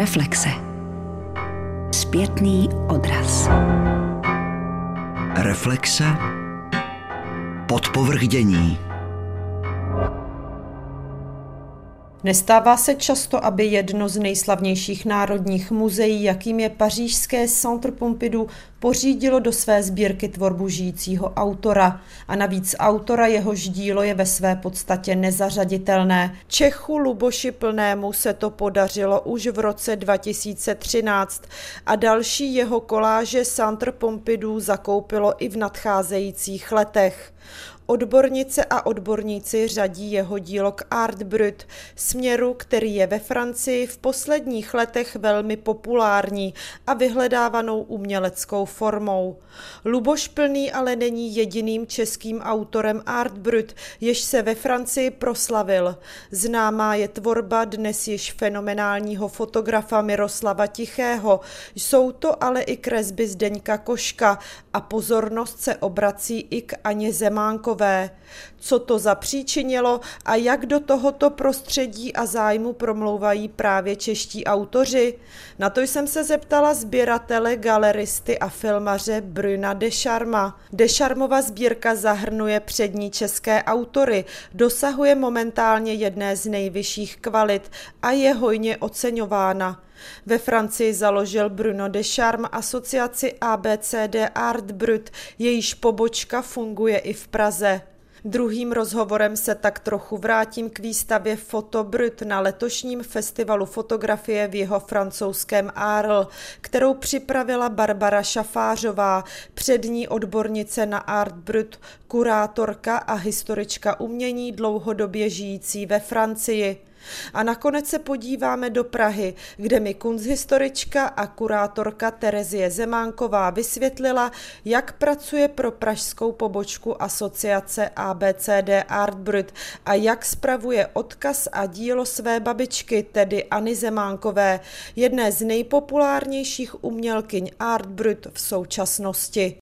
Reflexe. Zpětný odraz. Reflexe. Podpovrchdění. Nestává se často, aby jedno z nejslavnějších národních muzeí, jakým je pařížské Centre Pompidou, pořídilo do své sbírky tvorbu žijícího autora. A navíc autora, jehož dílo je ve své podstatě nezařaditelné. Čechu Luboši Plnému se to podařilo už v roce 2013 a další jeho koláže Centre Pompidou zakoupilo i v nadcházejících letech. Odbornice a odborníci řadí jeho dílo k Art Brut, směru, který je ve Francii v posledních letech velmi populární a vyhledávanou uměleckou formou. Luboš Plný ale není jediným českým autorem Art Brut, jež se ve Francii proslavil. Známá je tvorba dnes již fenomenálního fotografa Miroslava Tichého, jsou to ale i kresby Zdeňka Koška a pozornost se obrací i k Aně Zemánkové. Co to zapříčinilo a jak do tohoto prostředí a zájmu promlouvají právě čeští autoři? Na to jsem se zeptala sběratele, galeristy a filmaře Bruna Descharma. Descharmova sbírka zahrnuje přední české autory, dosahuje momentálně jedné z nejvyšších kvalit a je hojně oceňována. Ve Francii založil Bruno Descharme asociaci ABCD Art Brut, jejíž pobočka funguje i v Praze. Druhým rozhovorem se tak trochu vrátím k výstavě Foto Brut na letošním festivalu fotografie v jeho francouzském Arles, kterou připravila Barbara Šafářová, přední odbornice na Art Brut, kurátorka a historička umění dlouhodobě žijící ve Francii. A nakonec se podíváme do Prahy, kde mi kunsthistorička a kurátorka Terezie Zemánková vysvětlila, jak pracuje pro pražskou pobočku asociace ABCD Art Brut a jak spravuje odkaz a dílo své babičky, tedy Anny Zemánkové, jedné z nejpopulárnějších umělkyň Art Brut v současnosti.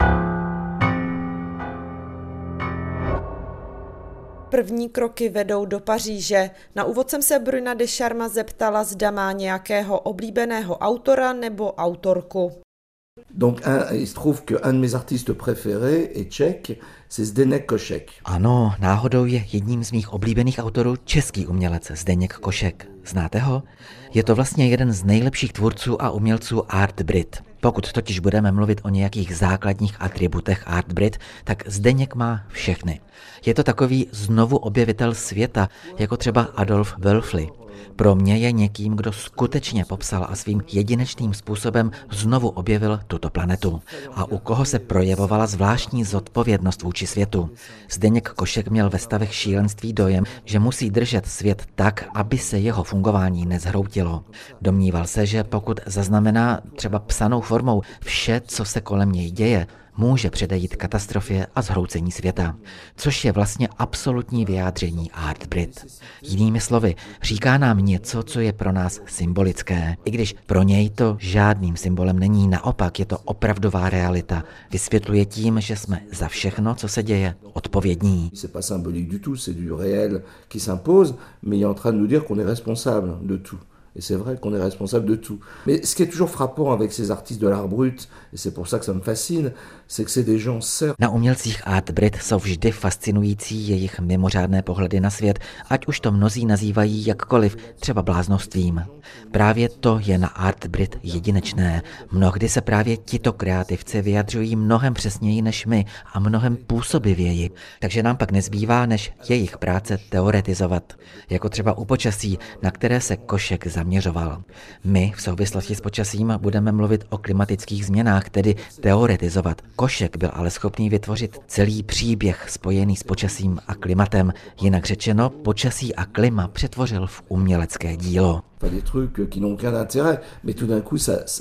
První kroky vedou do Paříže. Na úvod jsem se Bruna Descharma zeptala, zda má nějakého oblíbeného autora nebo autorku. Donc, il se trouve qu'un de mes artistes préférés est tchèque, c'est Zdeněk Košek. Ano, náhodou je jedním z mých oblíbených autorů český umělec Zdeněk Košek. Znáte ho? Je to vlastně jeden z nejlepších tvůrců a umělců Art Brut. Pokud totiž budeme mluvit o nějakých základních atributech Art Brut, tak Zdeněk má všechny. Je to takový znovu objevitel světa, jako třeba Adolf Wölfli. Pro mě je někým, kdo skutečně popsal a svým jedinečným způsobem znovu objevil tuto planetu a u koho se projevovala zvláštní zodpovědnost vůči světu. Zdeněk Košek měl ve stavech šílenství dojem, že musí držet svět tak, aby se jeho fungování nezhroutilo. Domníval se, že pokud zaznamená třeba psanou formou vše, co se kolem něj děje, může předejít katastrofě a zhroucení světa, což je vlastně absolutní vyjádření Art Brut. Jinými slovy, říká nám něco, co je pro nás symbolické, i když pro něj to žádným symbolem není, naopak je to opravdová realita. Vysvětluje tím, že jsme za všechno, co se děje, odpovědní. C'est pas symbolique du tout, c'est du réel qui s'impose, mais il est en train de nous dire qu'on est responsable de tout. Et c'est vrai qu'on est responsable de tout. Mais ce qui est toujours frappant avec ces artistes de l'art brut, et c'est pour ça que ça me fascine, c'est que c'est des gens certes... Na umělcích Art Brut jsou vždy fascinující jejich mimořádné pohledy na svět, ať už to mnozí nazývají jakkoliv, třeba bláznovstvím. Právě to je na Art Brut jedinečné. Mnohdy se právě tito kreativci vyjadřují mnohem přesněji než my a mnohem působivěji. Takže nám pak nezbývá, než jejich práce teoretizovat. Jako třeba u počasí, na které se Košek zaměřoval. My v souvislosti s počasím budeme mluvit o klimatických změnách, tedy teoretizovat. Košek byl ale schopný vytvořit celý příběh spojený s počasím a klimatem. Jinak řečeno, počasí a klima přetvořil v umělecké dílo. Des trucs qui n'ont aucun intérêt, mais tout d'un coup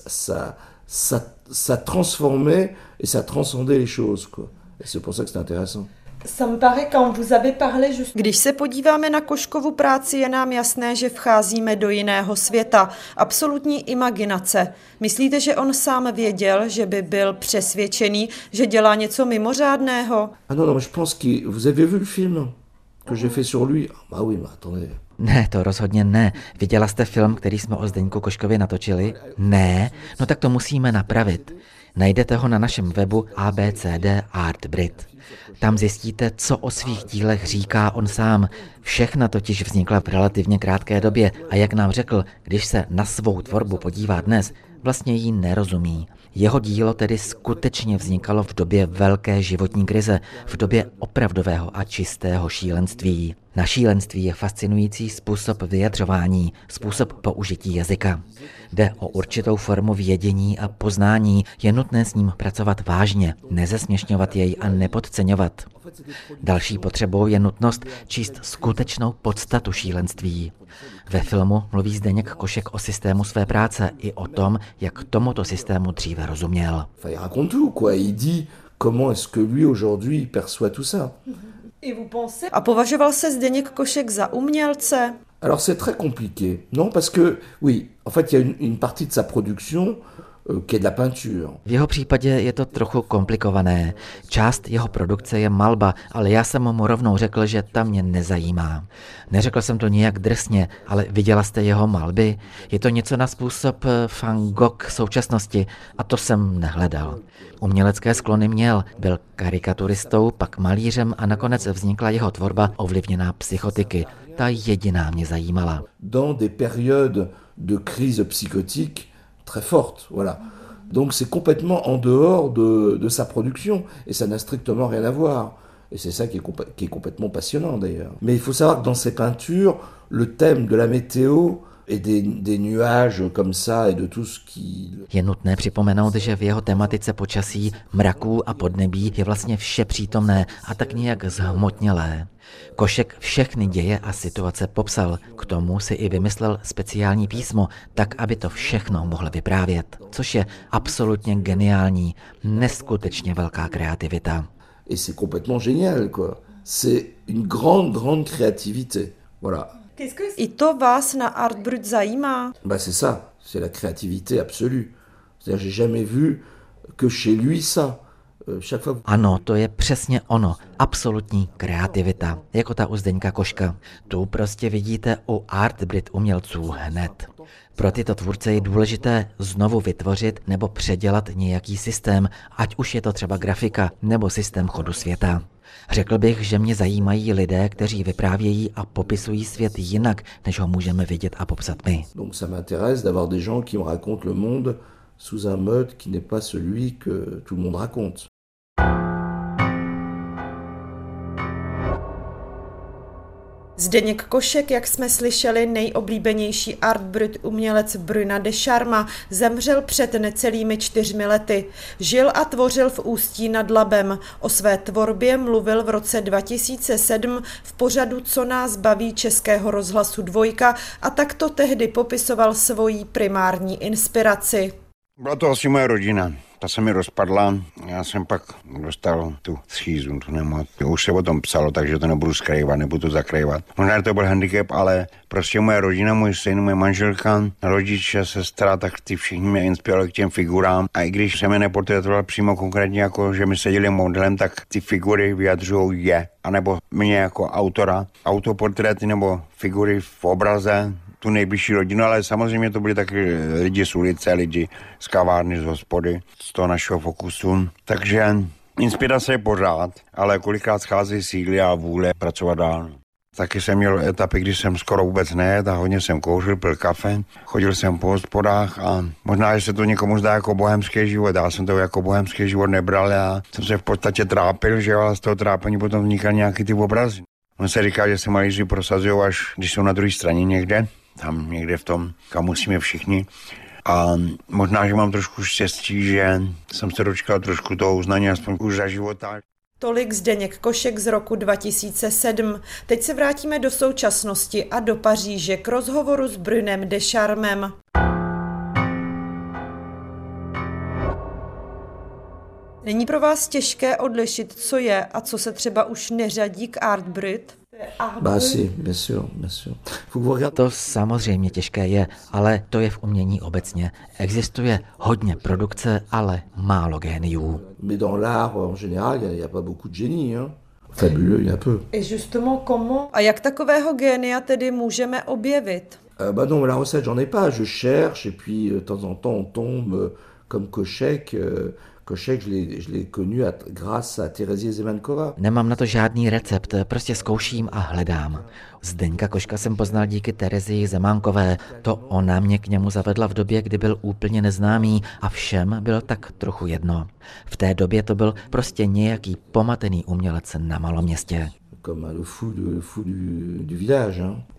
ça transformait et ça transcendait les choses, quoi. Et c'est pour ça que c'est intéressant. Když se podíváme na Koškovu práci, je nám jasné, že vcházíme do jiného světa, absolutní imaginace. Myslíte, že on sám věděl, že by byl přesvědčený, že dělá něco mimořádného? Ah non, je pense que vous avez vu le film, non? Que j'ai fait sur lui? Bah oui, mais attendez. Ne, to rozhodně ne. Viděla jste film, který jsme o Zdeňku Koškovi natočili? Ne? No tak to musíme napravit. Najdete ho na našem webu ABCD Art Brit. Tam zjistíte, co o svých dílech říká on sám. Všechna totiž vznikla v relativně krátké době a jak nám řekl, když se na svou tvorbu podívá dnes, vlastně jí nerozumí. Jeho dílo tedy skutečně vznikalo v době velké životní krize, v době opravdového a čistého šílenství. Na šílenství je fascinující způsob vyjadřování, způsob použití jazyka. Jde o určitou formu vědění a poznání, je nutné s ním pracovat vážně, nezesměšňovat jej a nepodceňovat. Další potřebou je nutnost číst skutečnou podstatu šílenství. Ve filmu mluví Zdeněk Košek o systému své práce i o tom, jak tomuto systému dříve rozuměl. Il raconte tout, quoi. Il dit comment est-ce que lui aujourd'hui perçoit tout ça. A považoval se Zdeněk Košek za umělce? Alors c'est très compliqué. Non, parce que, oui, en fait, il y a une partie de sa production qui est de la peinture. V jeho případě je to trochu komplikované. Část jeho produkce je malba, ale já jsem mu rovnou řekl, že ta mě nezajímá. Neřekl jsem to nijak drsně, ale viděla jste jeho malby? Je to něco na způsob Van Gogh současnosti a to jsem nehledal. Umělecké sklony měl, byl karikaturistou, pak malířem a nakonec vznikla jeho tvorba ovlivněná psychotiky. Ta jediná mě zajímala. Dans des périodes de crise psychotique très forte, voilà. Donc c'est complètement en dehors de sa production et ça n'a strictement rien à voir. Et c'est ça qui est complètement passionnant d'ailleurs. Mais il faut savoir que dans ses peintures, le thème de la météo et des nuages comme ça et de tout ce qui... Je nutné připomenout, že v jeho tematice počasí, mraků a podnebí je vlastně vše přítomné a tak nějak zhmotnělé. Košek všechny děje a situace popsal. K tomu si i vymyslel speciální písmo, tak aby to všechno mohl vyprávět. Což je absolutně geniální, neskutečně velká kreativita. Et c'est complètement génial, quoi. C'est une grande créativité. Voilà. I to vás na Art Brut zajímá? Bah c'est ça, c'est la créativité absolue. C'est-à-dire j'ai jamais vu que chez lui ça. Ano, to je přesně ono, absolutní kreativita, jako ta u Zdeňka Koška. Tu prostě vidíte u Art Brit umělců hned. Pro tyto tvůrce je důležité znovu vytvořit nebo předělat nějaký systém, ať už je to třeba grafika nebo systém chodu světa. Řekl bych, že mě zajímají lidé, kteří vyprávějí a popisují svět jinak, než ho můžeme vidět a popsat my. Donc ça m'intéresse d'avoir des gens qui me racontent le monde sous un mode qui n'est pas celui que tout le monde raconte. Zdeněk Košek, jak jsme slyšeli, nejoblíbenější Art Brut umělec Bruna de Charma, zemřel před necelými 4 lety. Žil a tvořil v Ústí nad Labem. O své tvorbě mluvil v roce 2007 v pořadu Co nás baví Českého rozhlasu 2 a takto tehdy popisoval svoji primární inspiraci. Byla to asi moje rodina. Ta se mi rozpadla, já jsem pak dostal tu schýzu, tu nemoc. Už se o tom psalo, takže to nebudu skrývat, nebudu to zakrývat. Možná to byl handicap, ale prostě moje rodina, můj syn, moje manželka, rodiče, sestra, tak ty všichni mě inspirovali k těm figurám. A i když jsem je neportretoval přímo konkrétně, jako že mi seděli modelem, tak ty figury vyjadřují anebo mě jako autora. Autoportréty nebo figury v obraze, tu nejbližší rodinu, ale samozřejmě to byli taky lidi z ulice, lidi z kavárny, z hospody, z toho našeho fokusu. Takže inspirace je pořád, ale kolikrát schází síly a vůle pracovat dál. Taky jsem měl etapy, kdy jsem skoro vůbec nejedl a hodně jsem kouřil, pil kafe, chodil jsem po hospodách a možná, že se to někomu zdá jako bohemský život. Já jsem to jako bohemský život nebral a jsem se v podstatě trápil, že a z toho trápení potom vznikaly nějaký ty obrazy. On se říká, že se malíři prosazují, až když jsou na druhé straně někde, tam někde v tom, kam musíme všichni. A možná, že mám trošku štěstí, že jsem se dočkal trošku toho uznání, aspoň už za života. Tolik Zdeněk Košek z roku 2007. Teď se vrátíme do současnosti a do Paříže k rozhovoru s Brunem de Charmem. Není pro vás těžké odlišit, co je a co se třeba už neřadí k Art Brut? Bah si, bien sûr, bien sûr. To samozřejmě těžké je, ale to je v umění obecně. Existuje hodně produkce, ale málo géniů. Mais dans l'art en général, il y a pas beaucoup de génie, hein. Fabuleux, il y a peu. A jak takového génia tedy můžeme objevit? Bah non, la recette, j'en ai pas. Je cherche, et puis de temps en temps, on tombe comme Košek. Košek, je l'ai connu grâce à Terezie Zemanková. Nemám na to žádný recept, prostě zkouším a hledám. Zdeňka Koška jsem poznal díky Terezii Zemánkové. To ona mě k němu zavedla v době, kdy byl úplně neznámý a všem byl tak trochu jedno. V té době to byl prostě nějaký pomatený umělec na maloměstě. Comme le fou du village.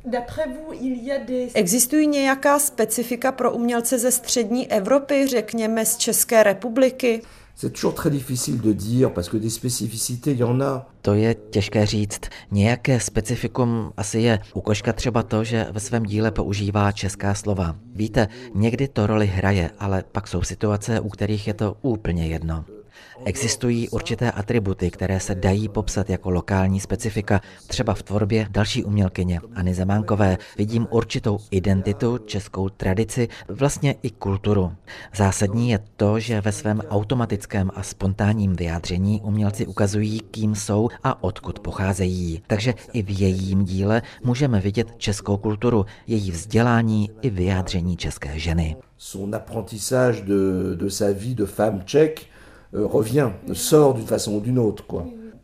Existují nějaká specifika pro umělce ze střední Evropy, řekněme z České republiky? C'est toujours très difficile de dire, parce que des spécificités, il y en a. To je těžké říct. Nějaké specifikum asi je. U Koška třeba to, že ve svém díle používá česká slova. Víte, někdy to roli hraje, ale pak jsou situace, u kterých je to úplně jedno. Existují určité atributy, které se dají popsat jako lokální specifika. Třeba v tvorbě další umělkyně Anny Zemánkové vidím určitou identitu, českou tradici, vlastně i kulturu. Zásadní je to, že ve svém automatickém a spontánním vyjádření umělci ukazují, kým jsou a odkud pocházejí. Takže i v jejím díle můžeme vidět českou kulturu, její vzdělání i vyjádření české ženy. Son apprentissage de sa vie de femme tchèque revient, sort d'une façon ou d'une autre, quoi.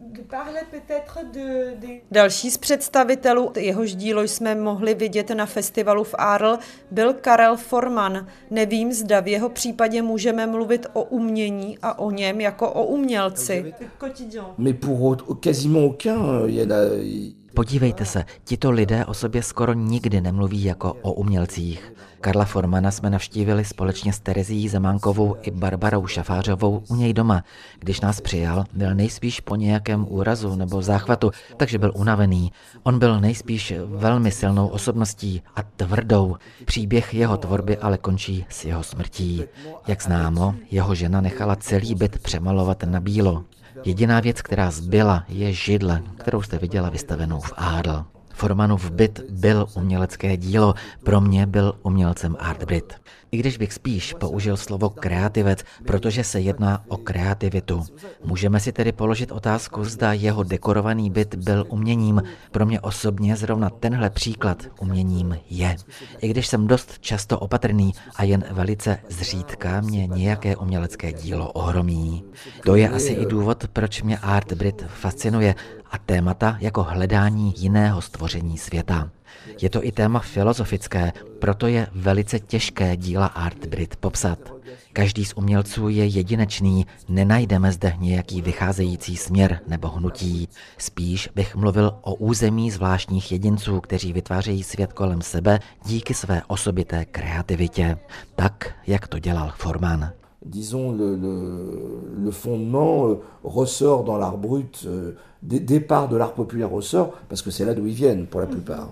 Další z představitelů, jehož dílo jsme mohli vidět na festivalu v Arles, byl Karel Forman. Nevím, zda v jeho případě můžeme mluvit o umění a o něm jako o umělci. Mais pour quasiment aucun, Podívejte se, tito lidé o sobě skoro nikdy nemluví jako o umělcích. Karla Formana jsme navštívili společně s Terezií Zemánkovou i Barbarou Šafářovou u něj doma. Když nás přijal, byl nejspíš po nějakém úrazu nebo záchvatu, takže byl unavený. On byl nejspíš velmi silnou osobností a tvrdou. Příběh jeho tvorby ale končí s jeho smrtí. Jak známo, jeho žena nechala celý byt přemalovat na bílo. Jediná věc, která zbyla, je židle, kterou jste viděla vystavenou v Arles. Formanův byt byl umělecké dílo, pro mě byl umělcem Art Brit. I když bych spíš použil slovo kreativec, protože se jedná o kreativitu. Můžeme si tedy položit otázku, zda jeho dekorovaný byt byl uměním. Pro mě osobně zrovna tenhle příklad uměním je. I když jsem dost často opatrný a jen velice zřídka mě nějaké umělecké dílo ohromí. To je asi i důvod, proč mě Art Brit fascinuje a témata jako hledání jiného stvoření světa. Je to i téma filozofické, proto je velice těžké díla Art Brit popsat. Každý z umělců je jedinečný, nenajdeme zde nějaký vycházející směr nebo hnutí. Spíš bych mluvil o území zvláštních jedinců, kteří vytvářejí svět kolem sebe díky své osobité kreativitě. Tak, jak to dělal Forman. Disons, le fondement ressort dans l'art brut, des parts de l'art populaire ressort, parce que c'est là d'où ils viennent pour la plupart.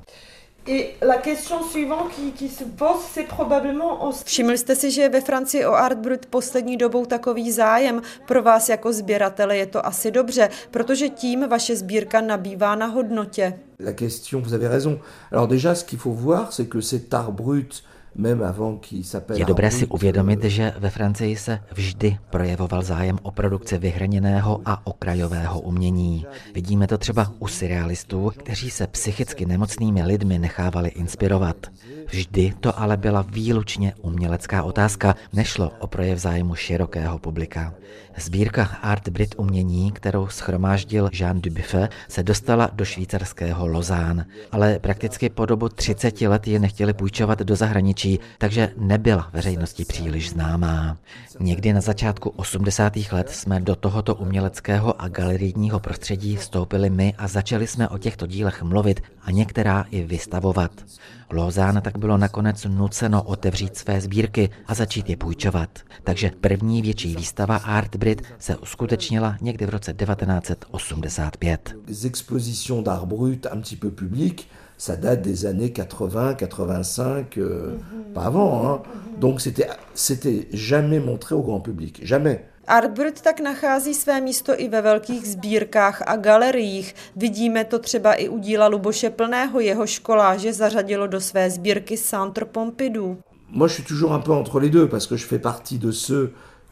Všimli jste si, že je ve Francii o Art Brut poslední dobou takový zájem? Pro vás jako sběratele je to asi dobře, protože tím vaše sbírka nabývá na hodnotě. La question, vous avez raison. Alors déjà, ce qu'il faut voir, c'est que cet art brut, je dobré si uvědomit, že ve Francii se vždy projevoval zájem o produkci vyhraněného a okrajového umění. Vidíme to třeba u surrealistů, kteří se psychicky nemocnými lidmi nechávali inspirovat. Vždy to ale byla výlučně umělecká otázka, nešlo o projev zájmu širokého publika. Sbírka Art Brit umění, kterou shromáždil Jean Dubuffet, se dostala do švýcarského Lausanne, ale prakticky po dobu 30 let ji nechtěli půjčovat do zahraničí, takže nebyla veřejnosti příliš známá. Někdy na začátku 80. let jsme do tohoto uměleckého a galerijního prostředí vstoupili my a začali jsme o těchto dílech mluvit a některá i vystavovat. Lausanne tak bylo nakonec nuceno otevřít své sbírky a začít je půjčovat. Takže první větší výstava Art Brit se uskutečnila někdy v roce 1985. Les expositions d'art brut un petit peu public, ça date des années 80, 85, pas avant, hein. Donc c'était jamais montré au grand public, jamais. Art Brut tak nachází své místo i ve velkých sbírkách a galeriích. Vidíme to třeba i u díla Luboše Plného, jeho koláže zařadilo do své sbírky Centre Pompidou. Moi je suis toujours un peu entre les deux, parce que je fais partie de ceux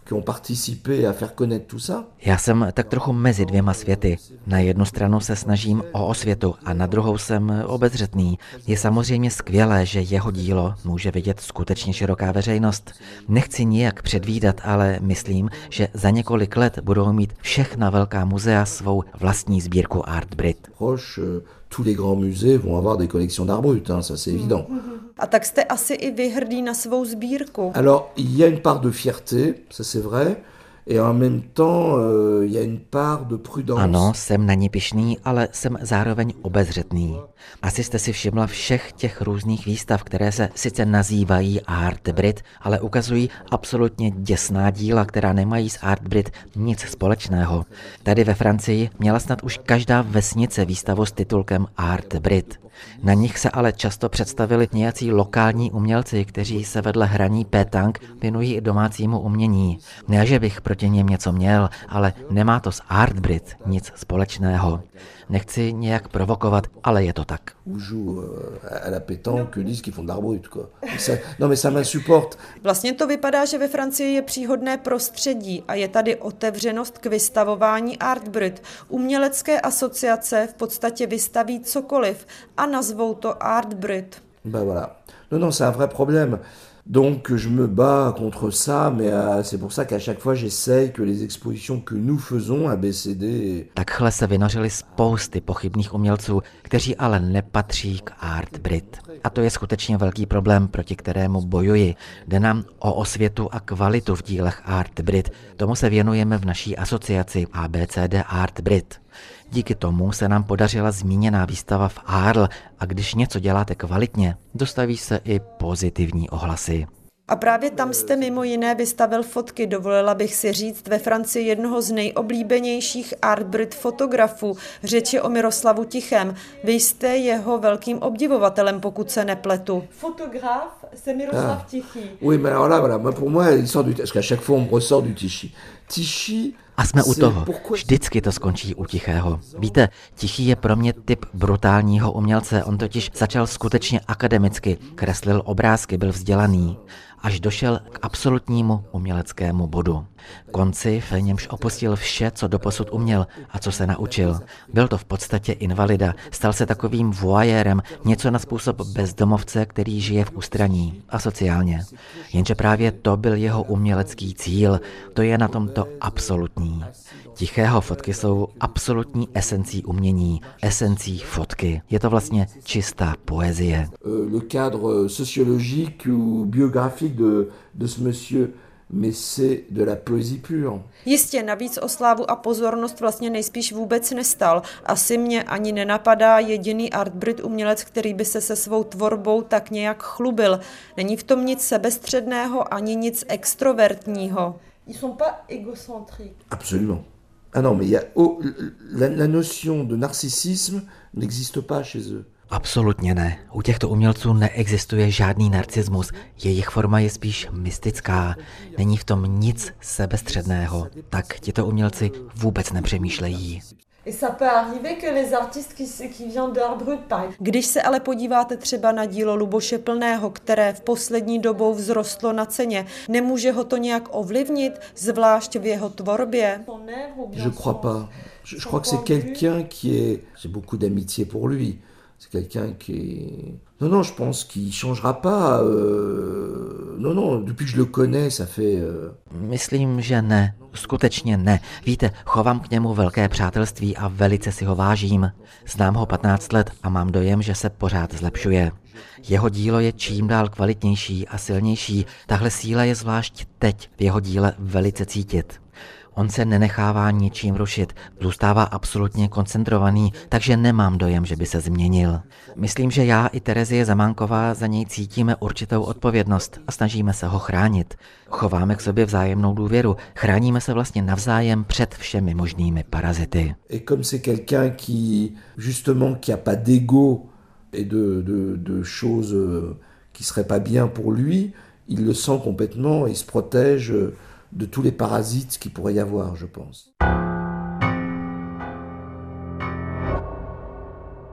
qui ont participé à faire connaître tout ça. Já jsem tak trochu mezi dvěma světy. Na jednu stranu se snažím o osvětu a na druhou jsem obezřetný. Je samozřejmě skvělé, že jeho dílo může vidět skutečně široká veřejnost. Nechci nijak předvídat, ale myslím, že za několik let budou mít všechna velká muzea svou vlastní sbírku Art Brit. Tous les grands musées vont avoir des collections d'art brut, hein, ça c'est évident. A tak jste asi i vy hrdý na svou sbírku. Alors, il y a une part de fierté, ça c'est vrai, et en même temps, il y a une part de prudence. Ano, jsem na ní pyšný, ale jsem zároveň obezřetný. Asi jste si všimla všech těch různých výstav, které se sice nazývají Art Brit, ale ukazují absolutně děsná díla, která nemají s Art Brit nic společného. Tady ve Francii měla snad už každá vesnice výstavu s titulkem Art Brit. Na nich se ale často představili nějací lokální umělci, kteří se vedle hraní pétank věnují i domácímu umění. Ne, že bych proti něm něco měl, ale nemá to s Art Brit nic společného. Nechci nějak provokovat, ale je to tak. À la pétanque, disent qu'ils font de l'art brut, quoi. Non, mais ça m'insupporte. Vlastně to vypadá, že ve Francii je příhodné prostředí a je tady otevřenost k vystavování Art Brit. Umělecké asociace v podstatě vystaví cokoliv a nazvou to Art Brit. Ben voilà. Non, c'est un vrai problème. Donc je me bats contre ça, mais c'est pour ça qu'à chaque fois j'essaye que les expositions que nous faisons à BCD... Takhle se vynořily spousty pochybných umělců, kteří ale nepatří k Art Brit. A to je skutečně velký problém, proti kterému bojuji. Jde nám o osvětu a kvalitu v dílech Art Brit. Tomu se věnujeme v naší asociaci ABCD Art Brit. Díky tomu se nám podařila zmíněná výstava v Arles a když něco děláte kvalitně, dostaví se i pozitivní ohlasy. A právě tam jste mimo jiné vystavil fotky, dovolila bych si říct, ve Francii jednoho z nejoblíbenějších Art Brit fotografů. Řeč je o Miroslavu Tichém. Vy jste jeho velkým obdivovatelem, pokud se nepletu. Fotograf, c'est Miroslav Tichý. Oui, mais alors là, voilà, pour moi, l'histoire du... Parce qu'à chaque fois, on me ressort du Tichy. Tichy... A jsme u toho. Vždycky to skončí u Tichého. Víte, Tichý je pro mě typ brutálního umělce. On totiž začal skutečně akademicky, kreslil obrázky, byl vzdělaný, až došel k absolutnímu uměleckému bodu. Konci, v němž opustil vše, co doposud uměl a co se naučil. Byl to v podstatě invalida, stal se takovým voyérem, něco na způsob bezdomovce, který žije v ústraní, asociálně. Jenže právě to byl jeho umělecký cíl, to je na tomto absolutní. Tichého fotky jsou absolutní esencí umění, esencí fotky. Je to vlastně čistá poezie. Le cadre sociologique ou biographique de ce monsieur, mais c'est de la poésie pure. Jistě, navíc o slávu a pozornost vlastně nejspíš vůbec nestal. Asi mě ani nenapadá jediný Art Brit umělec, který by se svou tvorbou tak nějak chlubil. Není v tom nic sebestředného ani nic extrovertního. Ils sont pas égocentriques. Absolument. Ah non, mais la notion de narcissisme n'existe pas chez eux. Absolutně ne. U těchto umělců neexistuje žádný narcismus. Jejich forma je spíš mystická. Není v tom nic sebestředného. Tak tito umělci vůbec nepřemýšlejí. Když se ale podíváte třeba na dílo Luboše Plného, které v poslední dobou vzrostlo na ceně, nemůže ho to nějak ovlivnit, zvlášť v jeho tvorbě? Je crois pas. Je crois que c'est quelqu'un qui est... J'ai beaucoup d'amitié pour lui. C'est quelqu'un qui est... Non, je pense qu'il changera pas. Non, depuis que je le connais, ça fait... Myslím, že ne. Skutečně ne. Víte, chovám k němu velké přátelství a velice si ho vážím. Znám ho 15 let a mám dojem, že se pořád zlepšuje. Jeho dílo je čím dál kvalitnější a silnější. Tahle síla je zvlášť teď v jeho díle velice cítit. On se nenechává ničím rušit, zůstává absolutně koncentrovaný, takže nemám dojem, že by se změnil. Myslím, že já i Terezie Zamánková za něj cítíme určitou odpovědnost a snažíme se ho chránit. Chováme k sobě vzájemnou důvěru, chráníme se vlastně navzájem před všemi možnými parazity. Et comme c'est quelqu'un qui, justement, qui a pas d'ego et de choses qui seraient pas bien pour lui, il le sent complètement et il se protège de tous les parasites qu'il pourrait y avoir, je pense.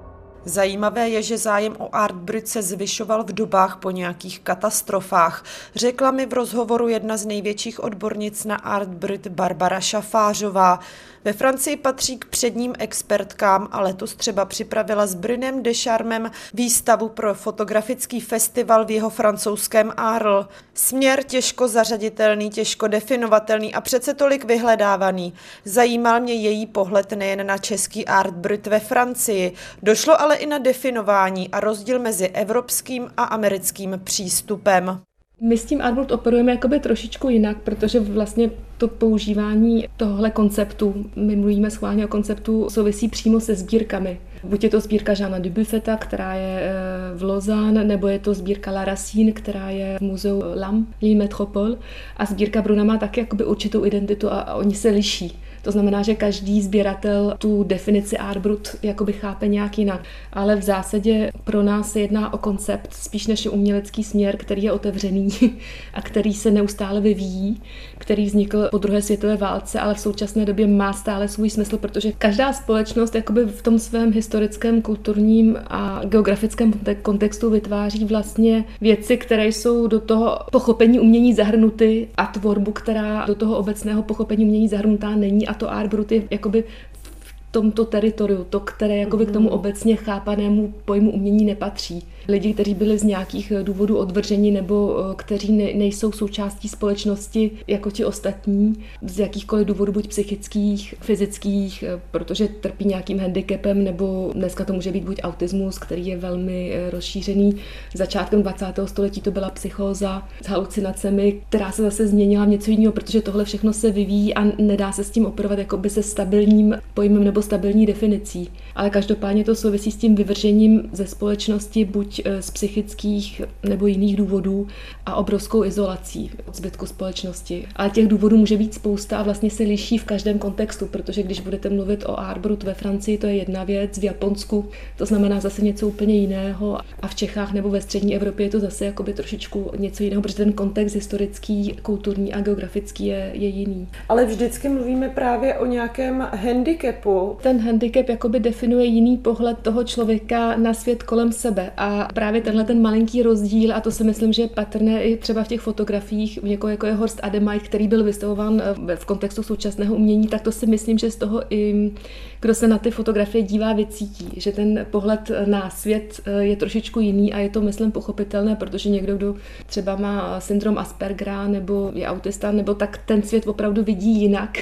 Zajímavé je, že zájem o Art Brut se zvyšoval v dobách po nějakých katastrofách. Řekla mi v rozhovoru jedna z největších odbornic na Art Brut Barbara Šafářová. Ve Francii patří k předním expertkám a letos třeba připravila s Brunem Descharmem výstavu pro fotografický festival v jeho francouzském Arles. Směr těžko zařaditelný, těžko definovatelný a přece tolik vyhledávaný. Zajímal mě její pohled nejen na český Art Brut ve Francii. Došlo ale i na definování a rozdíl mezi evropským a americkým přístupem. My s tím Art Brut operujeme jakoby trošičku jinak, protože vlastně to používání tohle konceptu, my mluvíme schválně o konceptu, souvisí přímo se sbírkami. Buď je to sbírka Jeana Dubuffeta, která je v Lausanne, nebo je to sbírka La Racine, která je v muzeu LAM, Lille Métropole. A sbírka Bruna má taky jakoby určitou identitu a oni se liší. To znamená, že každý sběratel tu definici Art Brut jakoby chápe nějak jinak. Ale v zásadě pro nás se jedná o koncept spíš než umělecký směr, který je otevřený a který se neustále vyvíjí, který vznikl po druhé světové válce, ale v současné době má stále svůj smysl, protože každá společnost jakoby v tom svém historickém, kulturním a geografickém kontextu vytváří vlastně věci, které jsou do toho pochopení umění zahrnuty a tvorbu, která do toho obecného pochopení umění zahrnutá není. A to Art Brut je jakoby v tomto teritoriu, to, které jakoby k tomu obecně chápanému pojmu umění nepatří. Lidi, kteří byli z nějakých důvodů odvrženi nebo kteří nejsou součástí společnosti jako ti ostatní, z jakýchkoliv důvodů, buď psychických, fyzických, protože trpí nějakým handicapem, nebo dneska to může být buď autismus, který je velmi rozšířený. Začátkem 20. století to byla psychóza s halucinacemi, která se zase změnila v něco jiného, protože tohle všechno se vyvíjí a nedá se s tím operovat jakoby se stabilním pojmem nebo stabilní definicí. Ale každopádně to souvisí s tím vyvržením ze společnosti, buď z psychických nebo jiných důvodů a obrovskou izolací od zbytku společnosti. Ale těch důvodů může být spousta a vlastně se liší v každém kontextu, protože když budete mluvit o Art Brut ve Francii, to je jedna věc, v Japonsku to znamená zase něco úplně jiného a v Čechách nebo ve střední Evropě je to zase jakoby trošičku něco jiného, protože ten kontext historický, kulturní a geografický je jiný. Ale vždycky mluvíme právě o nějakém handicapu. Ten handicap jakoby definuje jiný pohled toho člověka na svět kolem sebe a právě tenhle ten malinký rozdíl, a to si myslím, že je patrné i třeba v těch fotografiích někoho jako je Horst Ademaj, který byl vystavován v kontextu současného umění, tak to si myslím, že z toho i kdo se na ty fotografie dívá, vycítí, že ten pohled na svět je trošičku jiný a je to, myslím, pochopitelné, protože někdo, kdo třeba má syndrom Aspergera nebo je autista, nebo tak ten svět opravdu vidí jinak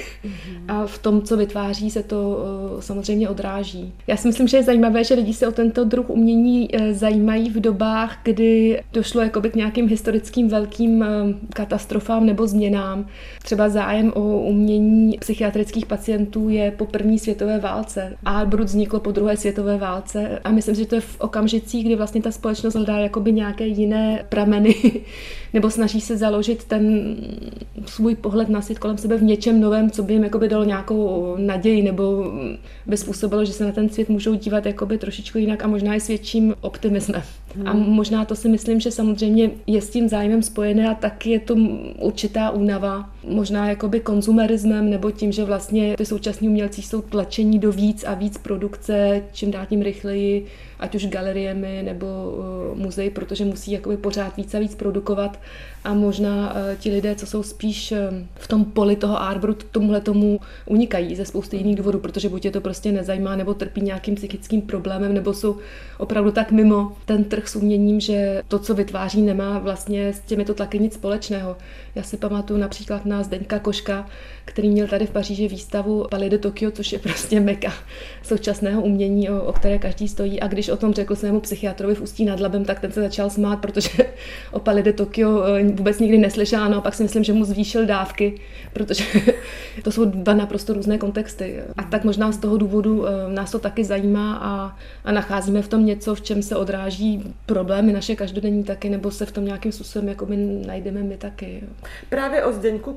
a v tom, co vytváří, se to samozřejmě odráží. Já si myslím, že je zajímavé, že lidi se o tento druh umění zajímají v dobách, kdy došlo jakoby k nějakým historickým velkým katastrofám nebo změnám. Třeba zájem o umění psychiatrických pacientů je po první světové válce. Art Brut vzniklo po druhé světové válce a myslím si, že to je v okamžicích, kdy vlastně ta společnost hledá jakoby nějaké jiné prameny nebo snaží se založit ten svůj pohled na svět kolem sebe v něčem novém, co by jim jakoby dalo nějakou naději nebo by způsobilo, že se na ten svět můžou dívat jakoby trošičku jinak a možná i s větším optimismem. A možná to si myslím, že samozřejmě je s tím zájmem spojené a taky je to určitá únava. Možná jakoby konzumerismem nebo tím, že vlastně ty současní umělci jsou tlačení do víc a víc produkce, čím dál tím rychleji, ať už galeriemi nebo muzeji, protože musí jakoby pořád víc a víc produkovat a možná ti lidé, co jsou spíš v tom poli toho Art Brut, tomuhle tomu unikají ze spousty jiných důvodů, protože buď je to prostě nezajímá, nebo trpí nějakým psychickým problémem, nebo jsou opravdu tak mimo ten trh s uměním, že to, co vytváří, nemá vlastně s těmito tlaky nic společného. Já si pamatuju například na Zdeňka Koška, který měl tady v Paříži výstavu Palais de Tokio, což je prostě meka současného umění, o které každý stojí. A když o tom řekl svému psychiatrovi v Ústí nad Labem, tak ten se začal smát, protože o Palais de Tokio vůbec nikdy neslyšel a naopak si myslím, že mu zvýšil dávky, protože to jsou dva naprosto různé kontexty. A tak možná z toho důvodu nás to taky zajímá a nacházíme v tom něco, v čem se odráží problémy naše každodenní taky, nebo se v tom nějakým způsobem jakoby najdeme my taky. Právě o Zdeňku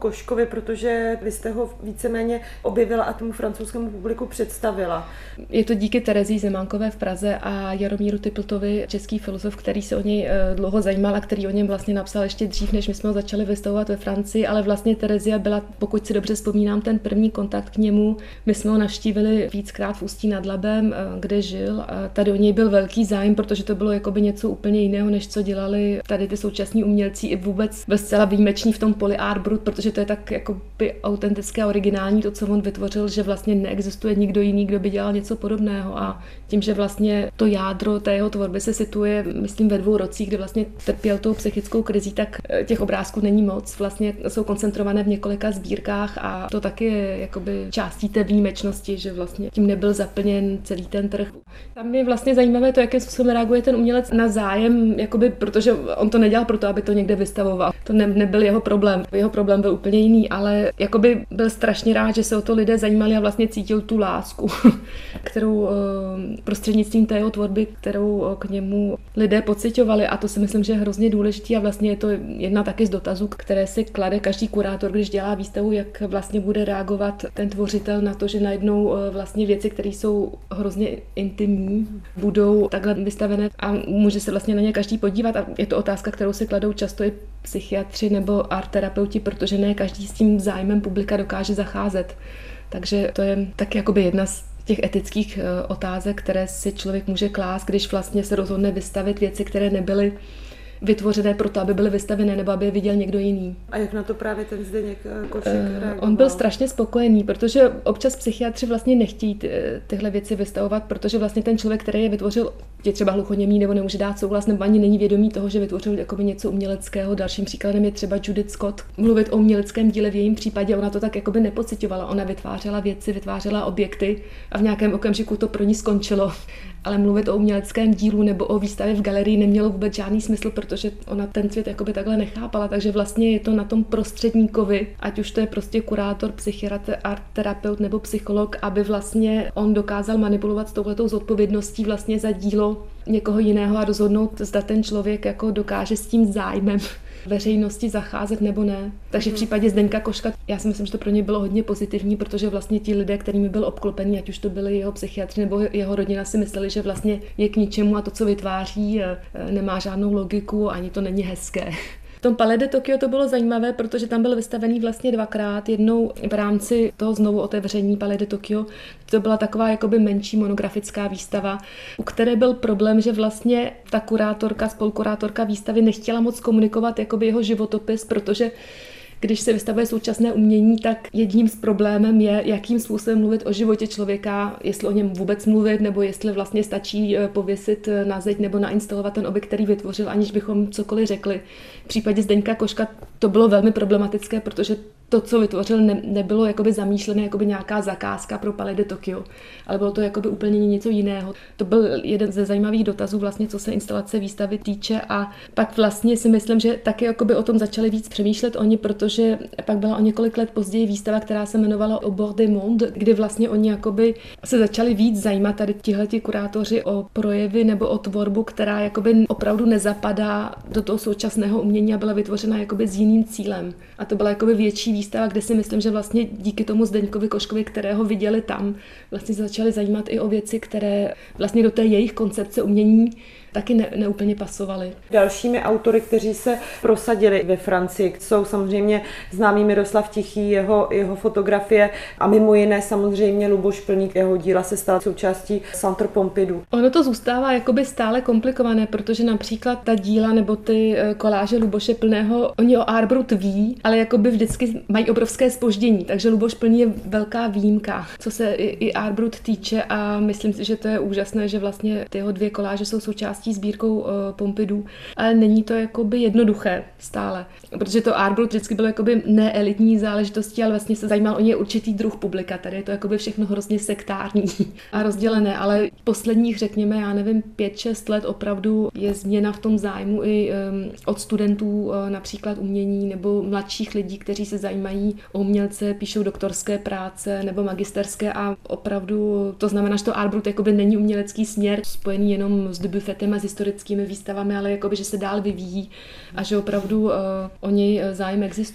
Koškovi, protože vy jste ho víceméně objevila a tomu francouzskému publiku představila. Je to díky Terezii Zemánkové v Praze a Jaromíru Typltovi, český filozof, který se o něj dlouho zajímal a který o něm vlastně napsal ještě dřív, než my jsme ho začali vystavovat ve Francii, ale vlastně Terezia byla, pokud si dobře vzpomínám, ten první kontakt k němu. My jsme ho navštívili víckrát v Ústí nad Labem, kde žil. A tady o něj byl velký zájem, protože to bylo jakoby něco úplně jiného, než co dělali tady ty současní umělci. I vůbec byl zcela výjimečný v tom poli art brut, protože to je tak jakoby autentické a originální to, co on vytvořil, že vlastně neexistuje nikdo jiný, kdo by dělal něco podobného. A tím, že vlastně to jádro té jeho tvorby se situuje, myslím, ve 2 rocích, kdy vlastně trpěl tou psychickou krizí, tak těch obrázků není moc. Vlastně jsou koncentrované v několika sbírkách a to taky je jakoby částí té výjimečnosti, že vlastně tím nebyl zaplněn celý ten trh. Tam je vlastně zajímavé to, jakým způsobem reaguje ten umělec na zájem, jakoby, protože on to nedělal proto, aby to někde vystavoval. To nebyl jeho problém. Jeho problém byl úplně jiný, ale jakoby byl strašně rád, že se o to lidé zajímali a vlastně cítil tu lásku, kterou prostřednictvím té jeho tvorby, kterou k němu lidé pociťovali, a to si myslím, že je hrozně důležitý a vlastně je to jedna taky z dotazů, které si klade každý kurátor, když dělá výstavu, jak vlastně bude reagovat ten tvořitel na to, že najednou vlastně věci, které jsou hrozně intimní, budou takhle vystavené a může se vlastně na ně každý podívat a je to otázka, kterou si kladou často i psychiatři nebo art terapeuti, protože ne každý s tím zájmem publika dokáže zacházet. Takže to je taky jakoby jedna z těch etických otázek, které si člověk může klást, když vlastně se rozhodne vystavit věci, které nebyly vytvořené proto, aby byly vystavené nebo aby je viděl někdo jiný. A jak na to právě ten Zdeněk Košek reagoval? On byl strašně spokojený, protože občas psychiatři vlastně nechtějí tyhle věci vystavovat, protože vlastně ten člověk, který je vytvořil, je třeba hluchoněmý nebo nemůže dát souhlas, nebo ani není vědomý toho, že vytvořil jakoby něco uměleckého. Dalším příkladem je třeba Judith Scott. Mluvit o uměleckém díle v jejím případě, ona to tak jakoby nepocitovala. Ona vytvářela věci, vytvářela objekty a v nějakém okamžiku to pro ní skončilo. Ale mluvit o uměleckém dílu nebo o výstavě v galerii nemělo vůbec žádný smysl, protože ona ten svět jakoby takhle nechápala. Takže vlastně je to na tom prostředníkovi, ať už to je prostě kurátor, psychiatr, art terapeut nebo psycholog, aby vlastně on dokázal manipulovat s touhletou zodpovědností vlastně za dílo někoho jiného a rozhodnout, zda ten člověk jako dokáže s tím zájmem veřejnosti zacházet nebo ne. Takže v případě Zdeňka Koška, já si myslím, že to pro ně bylo hodně pozitivní, protože vlastně ti lidé, kterými byl obklopený, ať už to byli jeho psychiatři nebo jeho rodina, si mysleli, že vlastně je k ničemu a to, co vytváří, nemá žádnou logiku, ani to není hezké. V tom Palais de Tokio to bylo zajímavé, protože tam byl vystavený vlastně 2krát. Jednou v rámci toho znovu otevření Palais de Tokio. To byla taková jakoby menší monografická výstava, u které byl problém, že vlastně ta kurátorka, spolukurátorka výstavy nechtěla moc komunikovat jakoby jeho životopis, protože když se vystavuje současné umění, tak jedním z problémem je, jakým způsobem mluvit o životě člověka, jestli o něm vůbec mluvit, nebo jestli vlastně stačí pověsit na zeď nebo nainstalovat ten objekt, který vytvořil, aniž bychom cokoliv řekli. V případě Zdeňka Koška to bylo velmi problematické, protože to, co vytvořil, nebylo jakoby zamýšlené jakoby nějaká zakázka pro Palais de Tokio, ale bylo to jakoby úplně něco jiného. To byl jeden ze zajímavých dotazů, vlastně, co se instalace výstavy týče, a pak vlastně si myslím, že taky jakoby o tom začali víc přemýšlet oni, protože pak byla o několik let později výstava, která se jmenovala Au bord du monde, kdy vlastně oni jakoby se začali víc zajímat tady tihleti kurátoři o projevy nebo o tvorbu, která jakoby opravdu nezapadá do toho současného umění a byla vytvořena jakoby s jiným cílem. A to byla jakoby větší výstava, kde si myslím, že vlastně díky tomu Zdeňkovi Koškovi, kterého viděli tam, vlastně se začali zajímat i o věci, které vlastně do té jejich koncepce umění taky neúplně pasovaly. Dalšími autory, kteří se prosadili ve Francii, jsou samozřejmě známý Miroslav Tichý, jeho fotografie a mimo jiné samozřejmě Luboš Plník, jeho díla se stala součástí Centre Pompidou. Ono to zůstává jakoby stále komplikované, protože například ta díla nebo ty koláže Luboše Plného, oni o art brut ví, ale jakoby vždycky mají obrovské zpoždění, takže Luboš Plný je velká výjimka, co se i art brut týče, a myslím si, že to je úžasné, že vlastně ty jeho 2 koláže jsou součástí sbírkou Pompidou, ale není to jakoby jednoduché stále, protože to art brut vždycky bylo jakoby neelitní záležitostí, ale vlastně se zajímal o ně určitý druh publika, tady je to jakoby všechno hrozně sektární a rozdělené, ale posledních, řekněme, 5-6 let opravdu je změna v tom zájmu i od studentů například umění nebo mladších lidí, kteří se zajímají o umělce, píšou doktorské práce nebo magisterské, a opravdu to znamená, že to art brut jakoby není umělecký směr spojený jenom s Dubuffetem a s historickými výstavami, ale jakoby, že se dál vyvíjí a že opravdu o něj zájem existuje.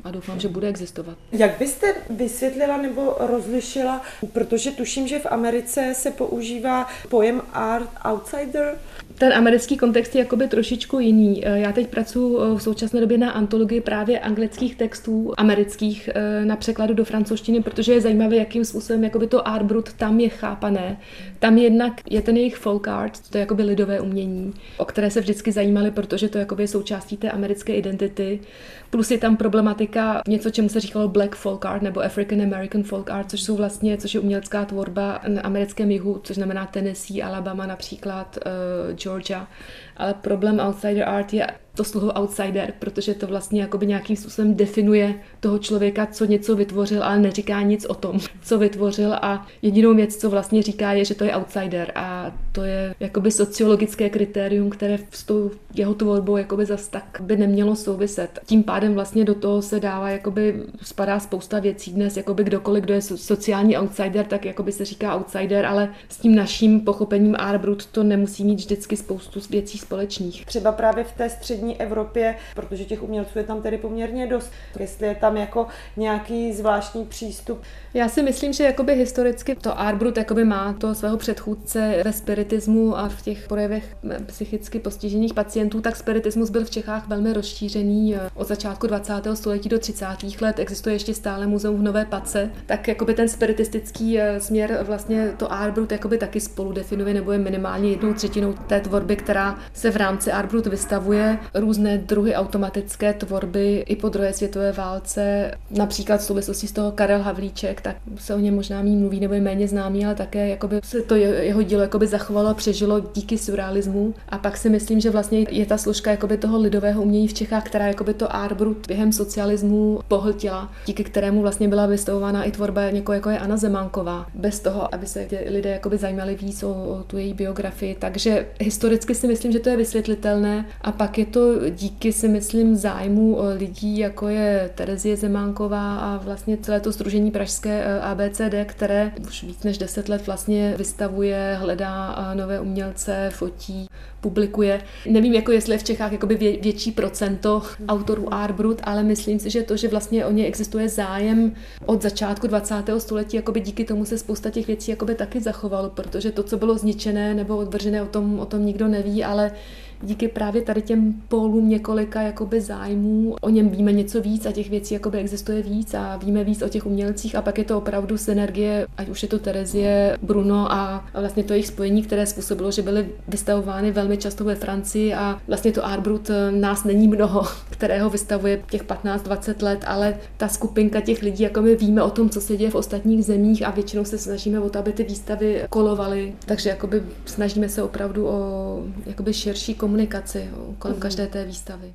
a doufám, že bude existovat. Jak byste vysvětlila nebo rozlišila, protože tuším, že v Americe se používá pojem art outsider? Ten americký kontext je jakoby trošičku jiný. Já teď pracuji v současné době na antologii právě anglických textů amerických na překladu do francouzštiny, protože je zajímavé, jakým způsobem jakoby to art brut tam je chápané. Tam jednak je ten jejich folk art, to je jakoby lidové umění, o které se vždycky zajímali, protože to jakoby je součástí té americké identity. Plus je tam problematika něco, čemu se říkalo black folk art nebo African American folk art, což je umělecká tvorba na americkém jihu, což znamená Tennessee, Alabama například, Georgia. Ale problém outsider art je to slovo outsider, protože to vlastně jakoby nějakým způsobem definuje toho člověka, co něco vytvořil, ale neříká nic o tom, co vytvořil, a jedinou věc, co vlastně říká, je, že to je outsider, a to je jakoby sociologické kritérium, které s tou jeho tvorbou jakoby zas tak by nemělo souviset. Tím pádem vlastně do toho se dává, jakoby spadá spousta věcí dnes, jakoby kdokoliv, kdo je sociální outsider, tak jakoby se říká outsider, ale s tím naším pochopením art brut to nemusí mít vždycky spoustu věcí společných. Třeba právě v té střední Evropě, protože těch umělců je tam tedy poměrně dost. Jestli je tam jako nějaký zvláštní přístup. Já si myslím, že jakoby historicky to art brut jakoby má to svého předchůdce ve spiritismu a v těch projevech psychicky postižených pacientů, tak spiritismus byl v Čechách velmi rozšířený od začátku 20. století do 30. let. Existuje ještě stále muzeum v Nové Pace, tak jakoby ten spiritistický směr vlastně to art brut jakoby taky spolu definuje, nebo je minimálně 1/3 té tvorby, která se v rámci art brut vystavuje. Různé druhy automatické tvorby i po druhé světové válce, například v souvislosti z toho Karel Havlíček, tak se o něm možná méně mluví nebo je méně známý, ale také jakoby se to jeho dílo jakoby zachovalo a přežilo díky surrealismu. A pak si myslím, že vlastně je ta složka jakoby toho lidového umění v Čechách, která jakoby to art brut během socialismu pohltila, díky kterému vlastně byla vystavována i tvorba někoho, jako je Anna Zemánková, bez toho, aby se lidé jakoby zajímali víc o tu její biografii. Takže historicky si myslím, že to je vysvětlitelné, a pak je to díky, si myslím, zájmu lidí, jako je Terezie Zemánková a vlastně celé to sdružení pražské ABCD, které už víc než 10 let vlastně vystavuje, hledá nové umělce, fotí, publikuje. Nevím, jako jestli je v Čechách jakoby větší procento autorů art brut, ale myslím si, že to, že vlastně o ně existuje zájem od začátku 20. století, jakoby díky tomu se spousta těch věcí jakoby taky zachovalo, protože to, co bylo zničené nebo odvržené, o tom nikdo neví, ale díky právě tady těm pólům několika jakoby zájmů o něm víme něco víc a těch věcí jakoby existuje víc a víme víc o těch umělcích, a pak je to opravdu synergie, ať už je to Terezie, Bruno a vlastně to jejich spojení, které způsobilo, že byly vystavovány velmi často ve Francii, a vlastně to art brut nás není mnoho, kterého vystavuje těch 15-20 let, ale ta skupinka těch lidí, jako my víme o tom, co se děje v ostatních zemích, a většinou se snažíme o to, aby ty výstavy kolovaly, takže jakoby snažíme se opravdu o jakoby širší komunikaci kolem každé té výstavy.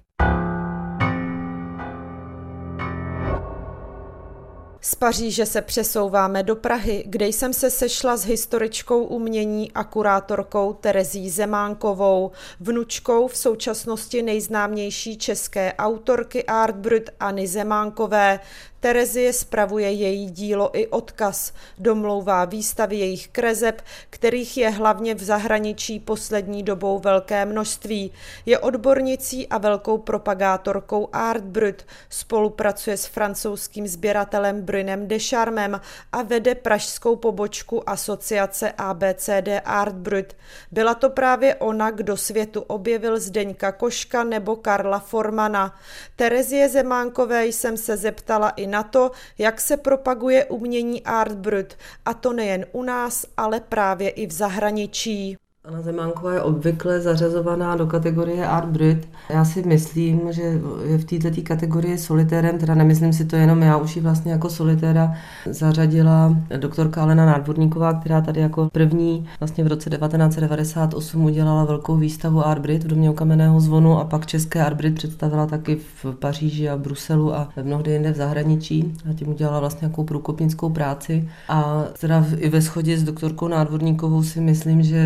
Z Paříže se přesouváme do Prahy, kde jsem se sešla s historičkou umění a kurátorkou Terezí Zemánkovou, vnučkou v současnosti nejznámější české autorky art brut Anny Zemánkové. Terezie spravuje její dílo i odkaz, domlouvá výstavy jejich kreseb, kterých je hlavně v zahraničí poslední dobou velké množství. Je odbornicí a velkou propagátorkou art brut, spolupracuje s francouzským sběratelem Brunem Descharmem a vede pražskou pobočku asociace ABCD art brut. Byla to právě ona, kdo světu objevil Zdeňka Koška nebo Karla Formana. Terezie Zemánkové jsem se zeptala i na to, jak se propaguje umění art brut, a to nejen u nás, ale právě i v zahraničí. Anna Zemánková je obvykle zařazovaná do kategorie art brut. Já si myslím, že je v této kategorii solitérem, teda nemyslím si to jenom já, už ji vlastně jako solitéra zařadila doktorka Alena Nádvorníková, která tady jako první vlastně v roce 1998 udělala velkou výstavu art brut v Domě u kamenného zvonu, a pak české art brut představila taky v Paříži a v Bruselu a mnohdy jinde v zahraničí, a tím udělala vlastně nějakou průkopnickou práci. A teda i ve shodě s doktorkou Nádvorníkovou si myslím, že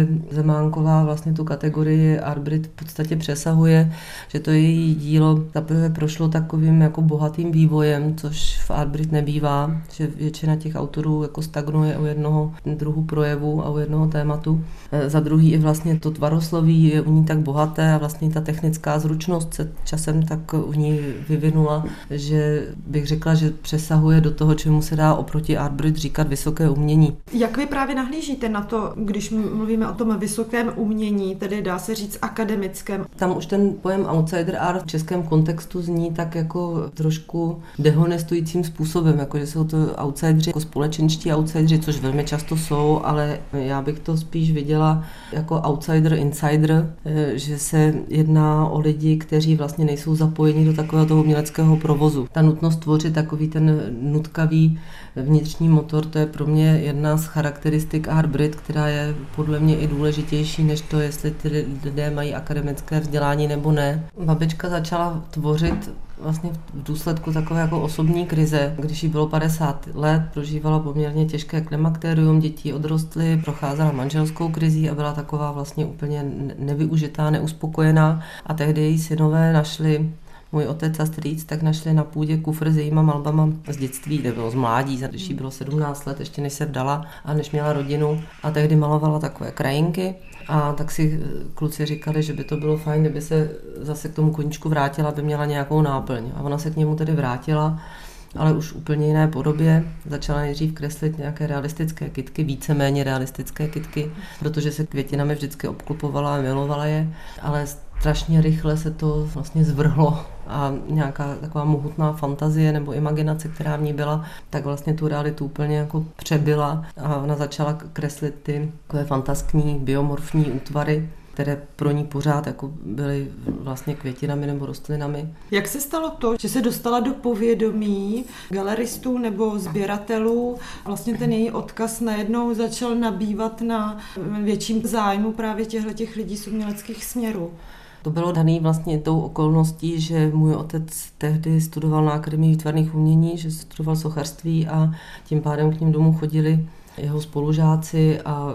Zemánková vlastně tu kategorii Art Brit v podstatě přesahuje, že to její dílo zaprvé prošlo takovým jako bohatým vývojem, což v Art Brit nebývá, že většina těch autorů jako stagnuje u jednoho druhu projevu a u jednoho tématu. Za druhý i vlastně to tvarosloví je u ní tak bohaté a vlastně ta technická zručnost se časem tak u ní vyvinula, že bych řekla, že přesahuje do toho, čemu se dá oproti Art Brit říkat vysoké umění. Jak vy právě nahlížíte na to, když mluvíme o tom vysokém umění, tedy dá se říct akademickém? Tam už ten pojem outsider art v českém kontextu zní tak jako trošku dehonestujícím způsobem, jako že jsou to outsideri, jako společenští outsideri, což velmi často jsou, ale já bych to spíš viděla jako outsider-insider, že se jedná o lidi, kteří vlastně nejsou zapojeni do takového toho uměleckého provozu. Ta nutnost tvořit takový ten nutkavý vnitřní motor, to je pro mě jedna z charakteristik Art Brit, která je podle mě i důležitější než to, jestli ty lidé mají akademické vzdělání nebo ne. Babička začala tvořit vlastně v důsledku takové jako osobní krize, když jí bylo 50 let, prožívala poměrně těžké klimakterium, děti odrostly, procházela manželskou krizí a byla taková vlastně úplně nevyužitá, neuspokojená a tehdy její synové našli, můj otec a strýc, tak našli na půdě kufr s jejíma malbama z dětství, nebo z mládí, když jí bylo 17 let, ještě než se vdala a než měla rodinu a tehdy malovala takové krajinky. A tak si kluci říkali, že by to bylo fajn, kdyby se zase k tomu koníčku vrátila, aby měla nějakou náplň. A ona se k němu tedy vrátila, ale už úplně jiné podobě. Začala nejdřív kreslit nějaké realistické kytky, víceméně realistické kytky, protože se květinami vždycky obklopovala a milovala je, ale strašně rychle se to vlastně zvrhlo a nějaká taková mohutná fantazie nebo imaginace, která v ní byla, tak vlastně tu realitu úplně jako přebyla a ona začala kreslit ty takové fantaskní biomorfní útvary, které pro ní pořád jako byly vlastně květinami nebo rostlinami. Jak se stalo to, že se dostala do povědomí galeristů nebo sběratelů? Vlastně ten její odkaz najednou začal nabývat na větším zájmu právě těchto lidí z uměleckých směrů. To bylo daný vlastně tou okolností, že můj otec tehdy studoval na Akademii výtvarných umění, že studoval sochařství a tím pádem k ním domů chodili jeho spolužáci a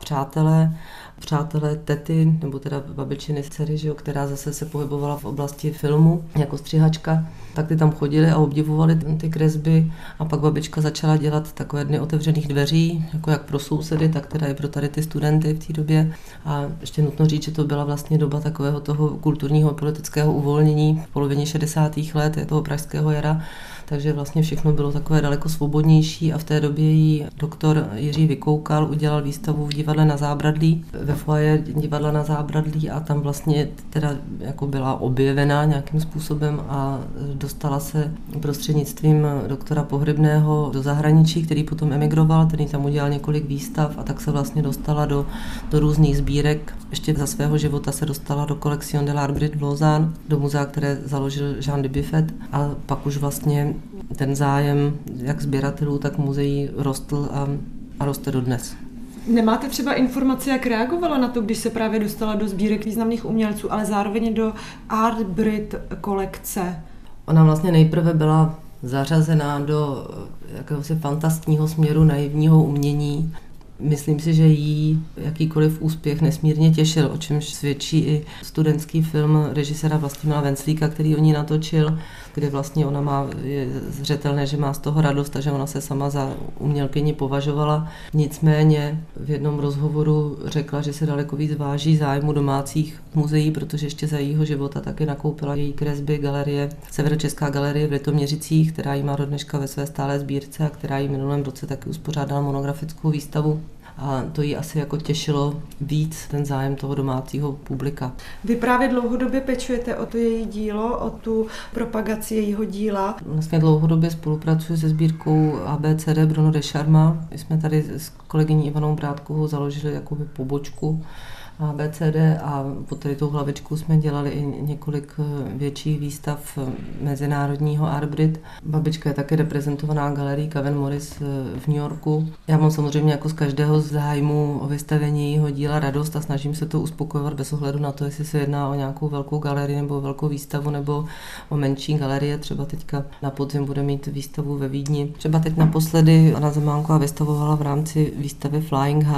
přátelé tety, nebo teda babičiny dcery, že jo, která zase se pohybovala v oblasti filmu jako střihačka, tak ty tam chodili a obdivovali ty kresby a pak babička začala dělat takové dny otevřených dveří, jako jak pro sousedy, tak teda i pro tady ty studenty v té době. A ještě nutno říct, že to byla vlastně doba takového toho kulturního a politického uvolnění v polovině 60. let, toho pražského jara, takže vlastně všechno bylo takové daleko svobodnější a v té době jí doktor Jiří Vykoukal udělal výstavu v divadle Na Zábradlí, ve foyer divadla Na Zábradlí a tam vlastně teda jako byla objevená nějakým způsobem a dostala se prostřednictvím doktora Pohřebného do zahraničí, který potom emigroval, který tam udělal několik výstav a tak se vlastně dostala do různých sbírek. Ještě za svého života se dostala do Collection de l'Art Brit v Lausanne, do muzea, které založil Jean de Buffet a pak už vlastně ten zájem jak sběratelů, tak muzeí rostl a roste dodnes. Nemáte třeba informace, jak reagovala na to, když se právě dostala do sbírek významných umělců, ale zároveň do Art Brit kolekce? Ona vlastně nejprve byla zařazená do jakéhosi fantastního směru naivního umění. Myslím si, že jí jakýkoliv úspěch nesmírně těšil, o čemž svědčí i studentský film režiséra Vlastimila Venclíka, který o ní natočil, kde vlastně ona je zřetelné, že má z toho radost a že ona se sama za umělkyni považovala. Nicméně v jednom rozhovoru řekla, že se daleko víc váží zájmu domácích muzeí, protože ještě za jejího života taky nakoupila její kresby galerie, Severočeská galerie v Litoměřicích, která jí má do dneška ve své stálé sbírce a která jí v minulém roce taky uspořádala monografickou výstavu. A to jí asi jako těšilo víc ten zájem toho domácího publika. Vy právě dlouhodobě pečujete o to její dílo, o tu propagaci jejího díla. Vlastně dlouhodobě spolupracuji se sbírkou ABCD Bruno de Charma. My jsme tady s kolegyní Ivanou Brátkovou založili jakoby pobočku ABCD a pod tady tou hlavičkou jsme dělali i několik větších výstav mezinárodního Art Brit. Babička je také reprezentovaná galerií Caven Morris v New Yorku. Já mám samozřejmě jako z každého zájmu o vystavení jejího díla radost a snažím se to uspokojovat bez ohledu na to, jestli se jedná o nějakou velkou galerii nebo velkou výstavu nebo o menší galerie. Třeba teďka na podzim bude mít výstavu ve Vídni. Třeba teď naposledy Anna Zemánková vystavovala v rámci výstavy Flying High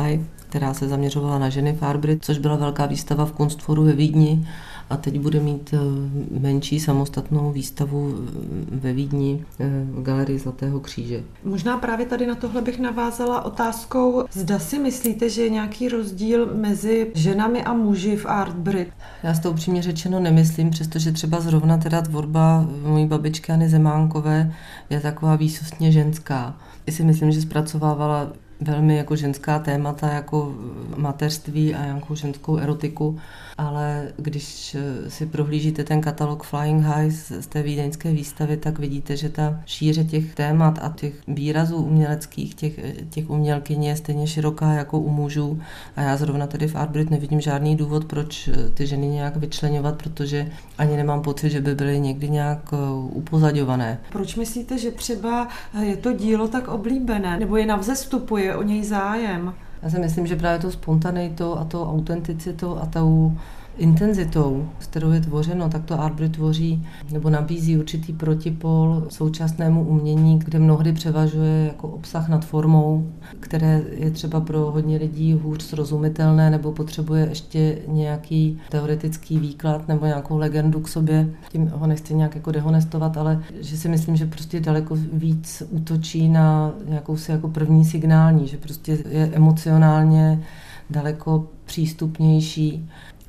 která se zaměřovala na ženy v Art Brut, což byla velká výstava v Kunstforu ve Vídni. A teď bude mít menší samostatnou výstavu ve Vídni v Galerii Zlatého kříže. Možná právě tady na tohle bych navázala otázkou, zda si myslíte, že je nějaký rozdíl mezi ženami a muži v Art Brut? Já si to upřímně řečeno nemyslím, přestože třeba zrovna teda tvorba mojí babičky Anny Zemánkové je taková výsostně ženská. Já si myslím, že zpracovávala velmi jako ženská témata, jako mateřství a nějakou ženskou erotiku, ale když si prohlížíte ten katalog Flying High z té vídeňské výstavy, tak vidíte, že ta šíře těch témat a těch výrazů uměleckých, těch umělkyň je stejně široká jako u mužů. A já zrovna tedy v Art Brut nevidím žádný důvod, proč ty ženy nějak vyčleňovat, protože ani nemám pocit, že by byly někdy nějak upozaďované. Proč myslíte, že třeba je to dílo tak oblíbené, nebo je na vzestupu, je o něj zájem? Já si myslím, že právě tou spontaneitou a tou autenticitou a tou intenzitou, s kterou je tvořeno, tak to Art Brut tvoří nebo nabízí určitý protipol současnému umění, kde mnohdy převažuje jako obsah nad formou, které je třeba pro hodně lidí hůř srozumitelné nebo potřebuje ještě nějaký teoretický výklad nebo nějakou legendu k sobě. Tím ho nechci nějak jako dehonestovat, ale že si myslím, že prostě daleko víc útočí na nějakou si jako první signální, že prostě je emocionálně daleko přístupnější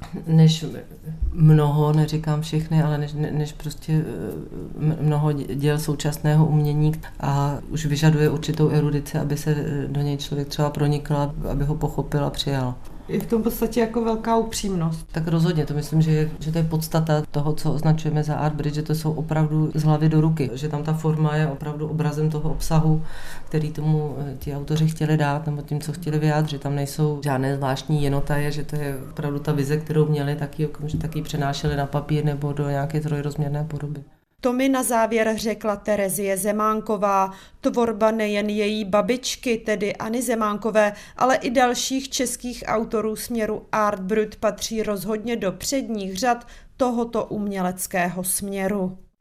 než mnoho, neříkám všechny, ale než prostě mnoho děl současného umění a už vyžaduje určitou erudici, aby se do něj člověk třeba pronikl, aby ho pochopil a přijal. Je v tom podstatě jako velká upřímnost. Tak rozhodně, to myslím, že to je podstata toho, co označujeme za Art Brut, že to jsou opravdu z hlavy do ruky, že tam ta forma je opravdu obrazem toho obsahu, který tomu ti autoři chtěli dát, nebo tím, co chtěli vyjádřit. Tam nejsou žádné zvláštní jenotaje, že to je opravdu ta vize, kterou měli, taky přenášeli na papír nebo do nějaké trojrozměrné podoby. To mi na závěr řekla Terezie Zemánková. Tvorba nejen její babičky, tedy Anny Zemánkové, ale i dalších českých autorů směru Art Brut patří rozhodně do předních řad tohoto uměleckého směru.